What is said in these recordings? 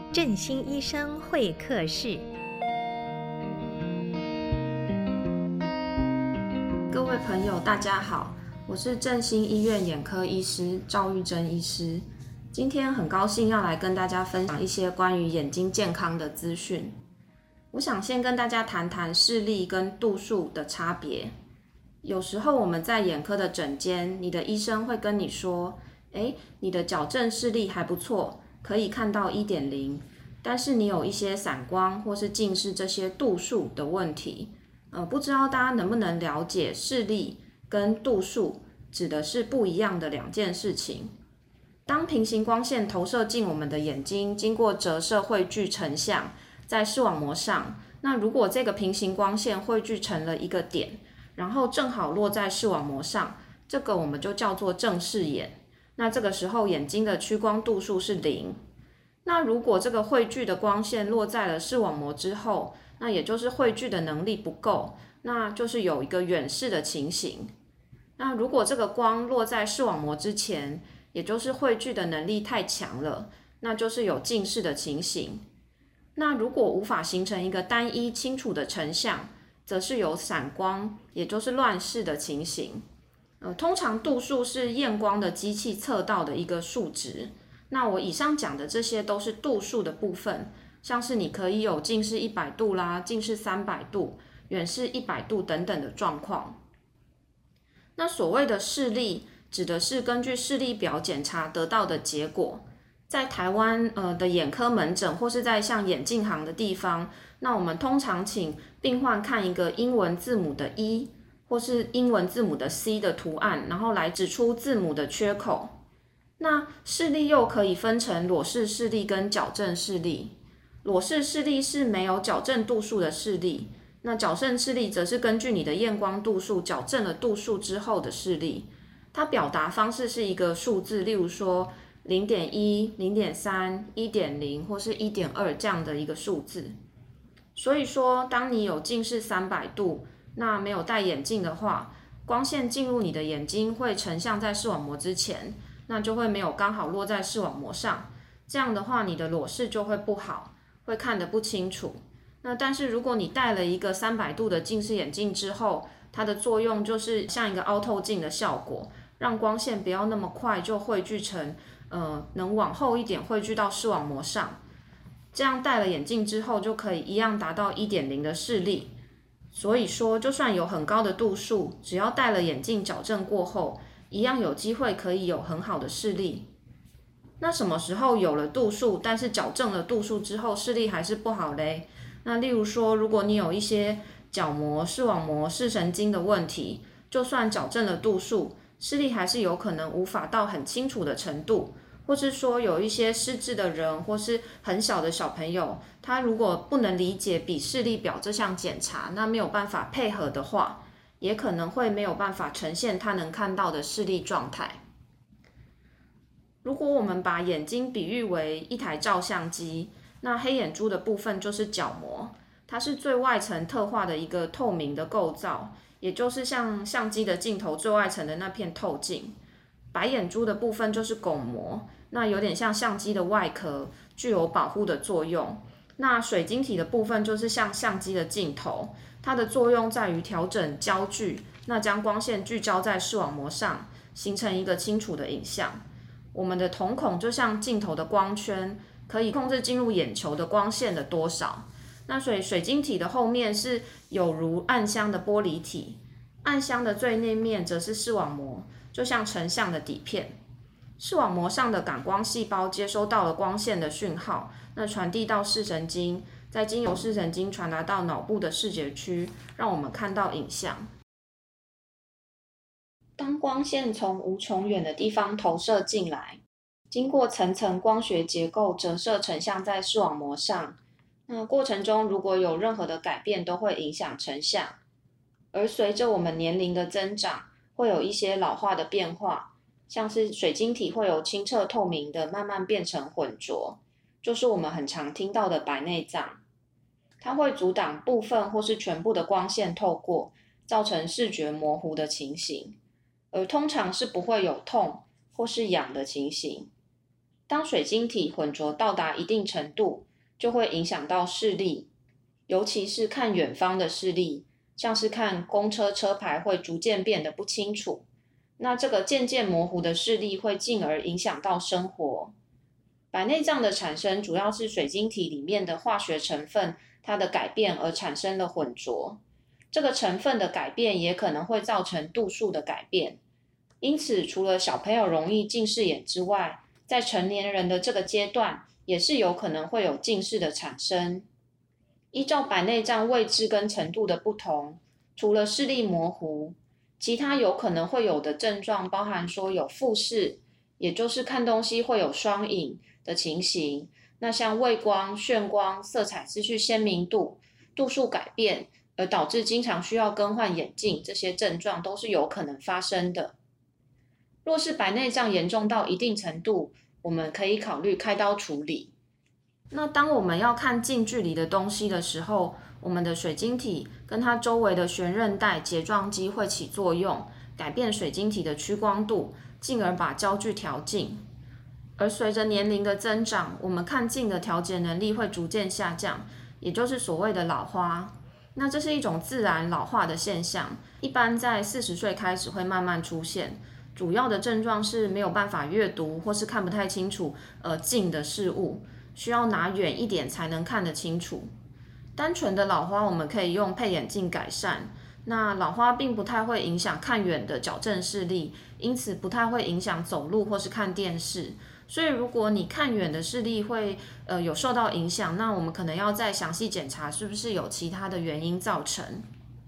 振兴医生会客室。 各位朋友大家好，我是振兴医院眼科医师赵玉珍医师。今天很高兴要来跟大家分享一些关于眼睛健康的资讯。我想先跟大家谈谈视力跟度数的差别。有时候我们在眼科的诊间，你的医生会跟你说，你的矫正视力还不错，可以看到 1.0， 但是你有一些散光或是近视这些度数的问题。不知道大家能不能了解视力跟度数指的是不一样的两件事情。当平行光线投射进我们的眼睛，经过折射汇聚成像在视网膜上，那如果这个平行光线汇聚成了一个点，然后正好落在视网膜上，这个我们就叫做正视眼。那这个时候眼睛的屈光度数是0。那如果这个汇聚的光线落在了视网膜之后，那也就是汇聚的能力不够，那就是有一个远视的情形。那如果这个光落在视网膜之前，也就是汇聚的能力太强了，那就是有近视的情形。那如果无法形成一个单一清楚的成像，则是有散光，也就是乱视的情形。通常度数是验光的机器测到的一个数值。那我以上讲的这些都是度数的部分，像是你可以有近视100度啦，近视300度，远视100度等等的状况。那所谓的视力，指的是根据视力表检查得到的结果。在台湾的眼科门诊或是在像眼镜行的地方，那我们通常请病患看一个英文字母的 E 或是英文字母的 C 的图案，然后来指出字母的缺口。那视力又可以分成裸视视力跟矫正视力。裸视视力是没有矫正度数的视力，那矫正视力则是根据你的验光度数矫正了度数之后的视力。它表达方式是一个数字，例如说0.1、0.3、1.0或是1.2这样的一个数字。所以说，当你有近视300度，那没有戴眼镜的话，光线进入你的眼睛会成像在视网膜之前，那就会没有刚好落在视网膜上。这样的话，你的裸视就会不好，会看得不清楚。那但是如果你戴了一个300度的近视眼镜之后，它的作用就是像一个凹透镜的效果，让光线不要那么快就汇聚成能往后一点汇聚到视网膜上。这样戴了眼镜之后就可以一样达到 1.0 的视力。所以说就算有很高的度数，只要戴了眼镜矫正过后，一样有机会可以有很好的视力。那什么时候有了度数，但是矫正了度数之后视力还是不好嘞？那例如说，如果你有一些角膜、视网膜、视神经的问题，就算矫正了度数，视力还是有可能无法到很清楚的程度。或是说有一些失智的人或是很小的小朋友，他如果不能理解比视力表这项检查，那没有办法配合的话，也可能会没有办法呈现他能看到的视力状态。如果我们把眼睛比喻为一台照相机，那黑眼珠的部分就是角膜，它是最外层特化的一个透明的构造，也就是像相机的镜头最外层的那片透镜。白眼珠的部分就是巩膜，那有点像相机的外壳，具有保护的作用。那水晶体的部分就是像相机的镜头，它的作用在于调整焦距，那将光线聚焦在视网膜上，形成一个清楚的影像。我们的瞳孔就像镜头的光圈，可以控制进入眼球的光线的多少。那所以水晶体的后面是有如暗箱的玻璃体，暗箱的最内面则是视网膜，就像成像的底片。视网膜上的感光细胞接收到了光线的讯号，那传递到视神经，再经由视神经传达到脑部的视觉区，让我们看到影像。当光线从无穷远的地方投射进来，经过层层光学结构折射成像在视网膜上，那过程中如果有任何的改变都会影响成像。而随着我们年龄的增长，会有一些老化的变化，像是水晶体会由清澈透明的慢慢变成混浊，就是我们很常听到的白内障。它会阻挡部分或是全部的光线透过，造成视觉模糊的情形，而通常是不会有痛或是痒的情形。 当水晶体混浊到达一定程度，就会影响到视力，尤其是看远方的视力，像是看公车车牌会逐渐变得不清楚。那这个渐渐模糊的视力会进而影响到生活。白内障的产生主要是水晶体里面的化学成分它的改变而产生了混浊，这个成分的改变也可能会造成度数的改变。因此除了小朋友容易近视眼之外，在成年人的这个阶段也是有可能会有近视的产生。依照白内障位置跟程度的不同，除了视力模糊，其他有可能会有的症状包含说有复视，也就是看东西会有双影的情形。那像畏光、眩光、色彩失去鲜明度、度数改变，而导致经常需要更换眼镜，这些症状都是有可能发生的。若是白内障严重到一定程度，我们可以考虑开刀处理。那当我们要看近距离的东西的时候，我们的水晶体跟它周围的悬韧带睫状肌会起作用，改变水晶体的屈光度，进而把焦距调近。而随着年龄的增长，我们看近的调节能力会逐渐下降，也就是所谓的老花。那这是一种自然老化的现象，一般在40岁开始会慢慢出现。主要的症状是没有办法阅读或是看不太清楚近的事物，需要拿远一点才能看得清楚。单纯的老花我们可以用配眼镜改善，那老花并不太会影响看远的矫正视力，因此不太会影响走路或是看电视。所以如果你看远的视力会有受到影响，那我们可能要再详细检查是不是有其他的原因造成。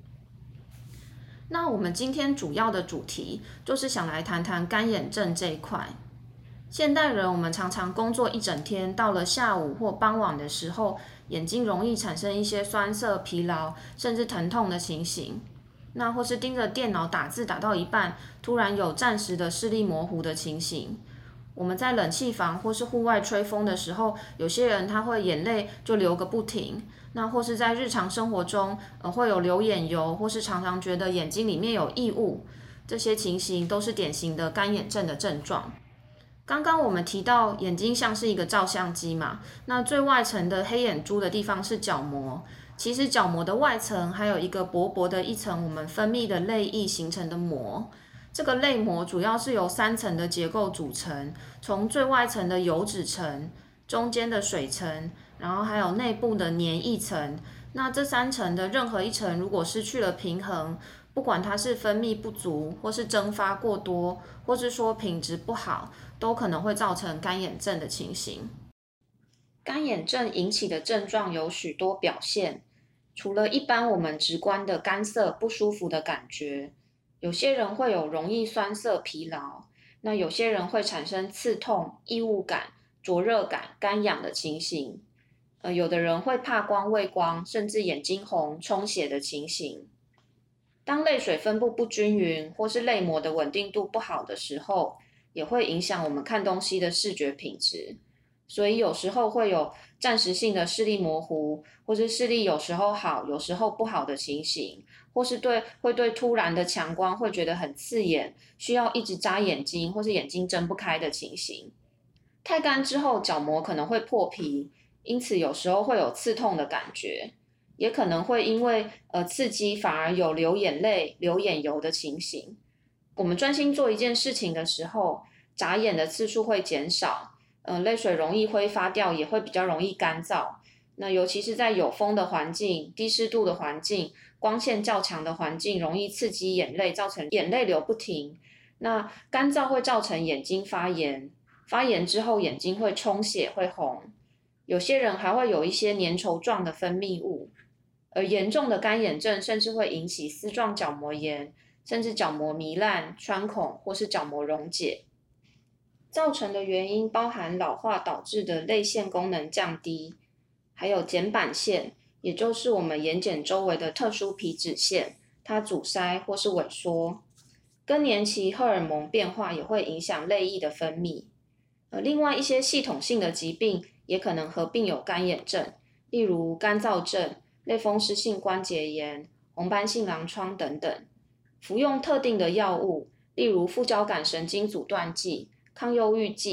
那我们今天主要的主题就是想来谈谈干眼症这一块。现代人我们常常工作一整天，到了下午或傍晚的时候，眼睛容易产生一些酸涩、疲劳，甚至疼痛的情形。那或是盯着电脑打字打到一半，突然有暂时的视力模糊的情形。我们在冷气房或是户外吹风的时候，有些人他会眼泪就流个不停。那或是在日常生活中会有流眼油，或是常常觉得眼睛里面有异物，这些情形都是典型的干眼症的症状。刚刚我们提到眼睛像是一个照相机嘛，那最外层的黑眼珠的地方是角膜，其实角膜的外层还有一个薄薄的一层我们分泌的泪液形成的膜。这个泪膜主要是由3层的结构组成，从最外层的油脂层，中间的水层，然后还有内部的黏液层。那这3层的任何一层如果失去了平衡，不管它是分泌不足，或是蒸发过多，或是说品质不好，都可能会造成干眼症的情形。干眼症引起的症状有许多表现，除了一般我们直观的干涩不舒服的感觉，有些人会有容易酸涩疲劳，那有些人会产生刺痛、异物感、灼热感、干痒的情形，有的人会怕光、畏光，甚至眼睛红、充血的情形。当泪水分布不均匀，或是泪膜的稳定度不好的时候，也会影响我们看东西的视觉品质。所以有时候会有暂时性的视力模糊，或是视力有时候好，有时候不好的情形，或是会对突然的强光会觉得很刺眼，需要一直眨眼睛，或是眼睛睁不开的情形。太干之后角膜可能会破皮，因此有时候会有刺痛的感觉，也可能会因为刺激反而有流眼泪、流眼油的情形。我们专心做一件事情的时候，眨眼的次数会减少，泪水容易挥发掉，也会比较容易干燥。那尤其是在有风的环境、低湿度的环境、光线较强的环境，容易刺激眼泪，造成眼泪流不停。那干燥会造成眼睛发炎，发炎之后眼睛会充血、会红。有些人还会有一些粘稠状的分泌物。而严重的干眼症甚至会引起丝状角膜炎，甚至角膜糜烂、穿孔或是角膜溶解。造成的原因包含老化导致的泪腺功能降低，还有睑板腺，也就是我们眼睑周围的特殊皮脂腺，它阻塞或是萎缩。更年期荷尔蒙变化也会影响泪液的分泌。另外一些系统性的疾病也可能合并有干眼症，例如干燥症、类风湿性关节炎、红斑性狼疮等等。服用特定的药物，例如副交感神经阻断剂、抗忧郁剂、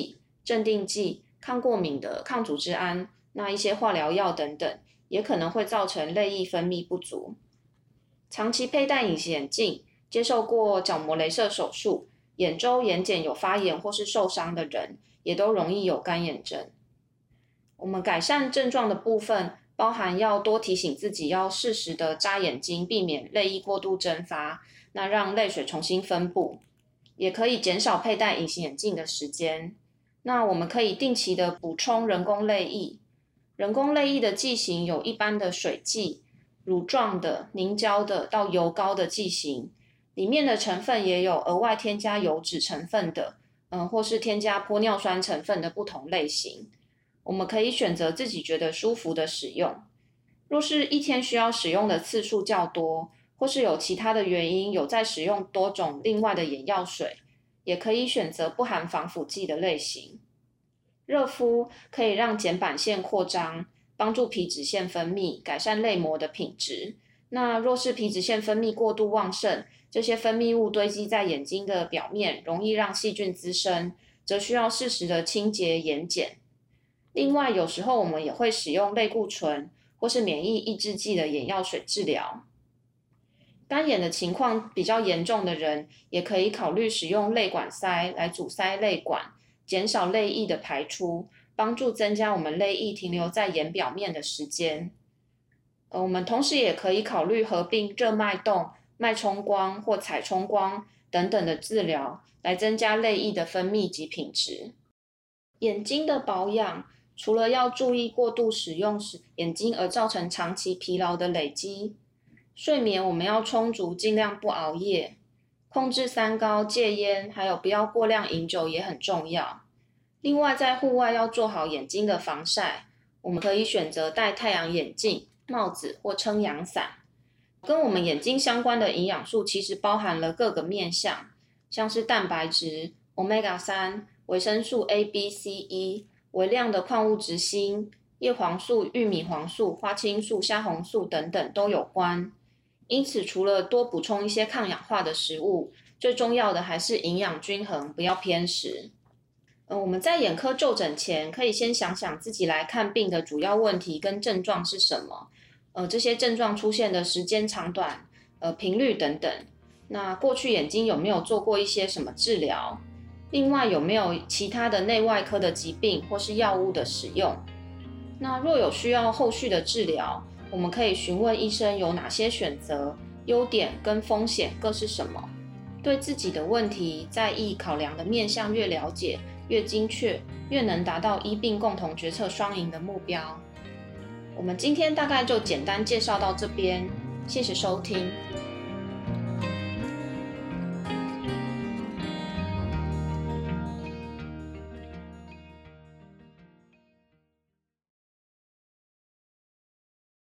镇定剂、抗过敏的抗组织胺，那一些化疗药等等，也可能会造成泪液分泌不足。长期佩戴隐形眼镜、接受过角膜雷射手术、眼周、眼睑有发炎或是受伤的人，也都容易有干眼症。我们改善症状的部分，包含要多提醒自己要适时的眨眼睛，避免泪液过度蒸发，那让泪水重新分布，也可以减少佩戴隐形眼镜的时间。那我们可以定期的补充人工泪液。人工泪液的剂型有一般的水剂、乳状的、凝胶的到油膏的剂型，里面的成分也有额外添加油脂成分的，或是添加玻尿酸成分的不同类型。我们可以选择自己觉得舒服的使用。若是一天需要使用的次数较多，或是有其他的原因有在使用多种另外的眼药水，也可以选择不含防腐剂的类型。热敷可以让睑板腺扩张，帮助皮脂腺分泌，改善泪膜的品质。那若是皮脂腺分泌过度旺盛，这些分泌物堆积在眼睛的表面，容易让细菌滋生，则需要适时的清洁眼睑。另外，有时候我们也会使用类固醇或是免疫抑制剂的眼药水治疗。干眼的情况比较严重的人，也可以考虑使用泪管塞来阻塞泪管，减少泪液的排出，帮助增加我们泪液停留在眼表面的时间。我们同时也可以考虑合并热脉动、脉冲光或彩冲光等等的治疗，来增加泪液的分泌及品质。眼睛的保养，除了要注意过度使用眼睛而造成长期疲劳的累积，睡眠我们要充足，尽量不熬夜，控制三高、戒烟，还有不要过量饮酒也很重要。另外，在户外要做好眼睛的防晒，我们可以选择戴太阳眼镜、帽子或撑阳伞。跟我们眼睛相关的营养素其实包含了各个面向，像是蛋白质、Omega-3、维生素 A、B、C、E、微量的矿物质锌、叶黄素、玉米黄素、花青素、虾红素等等都有关。因此，除了多补充一些抗氧化的食物，最重要的还是营养均衡，不要偏食。我们在眼科就诊前，可以先想想自己来看病的主要问题跟症状是什么，这些症状出现的时间长短、频率等等。那过去眼睛有没有做过一些什么治疗？另外有没有其他的内外科的疾病或是药物的使用？那若有需要后续的治疗，我们可以询问医生有哪些选择，优点跟风险各是什么。对自己的问题在意考量的面向越了解，越精确，越能达到医病共同决策双赢的目标。我们今天大概就简单介绍到这边，谢谢收听。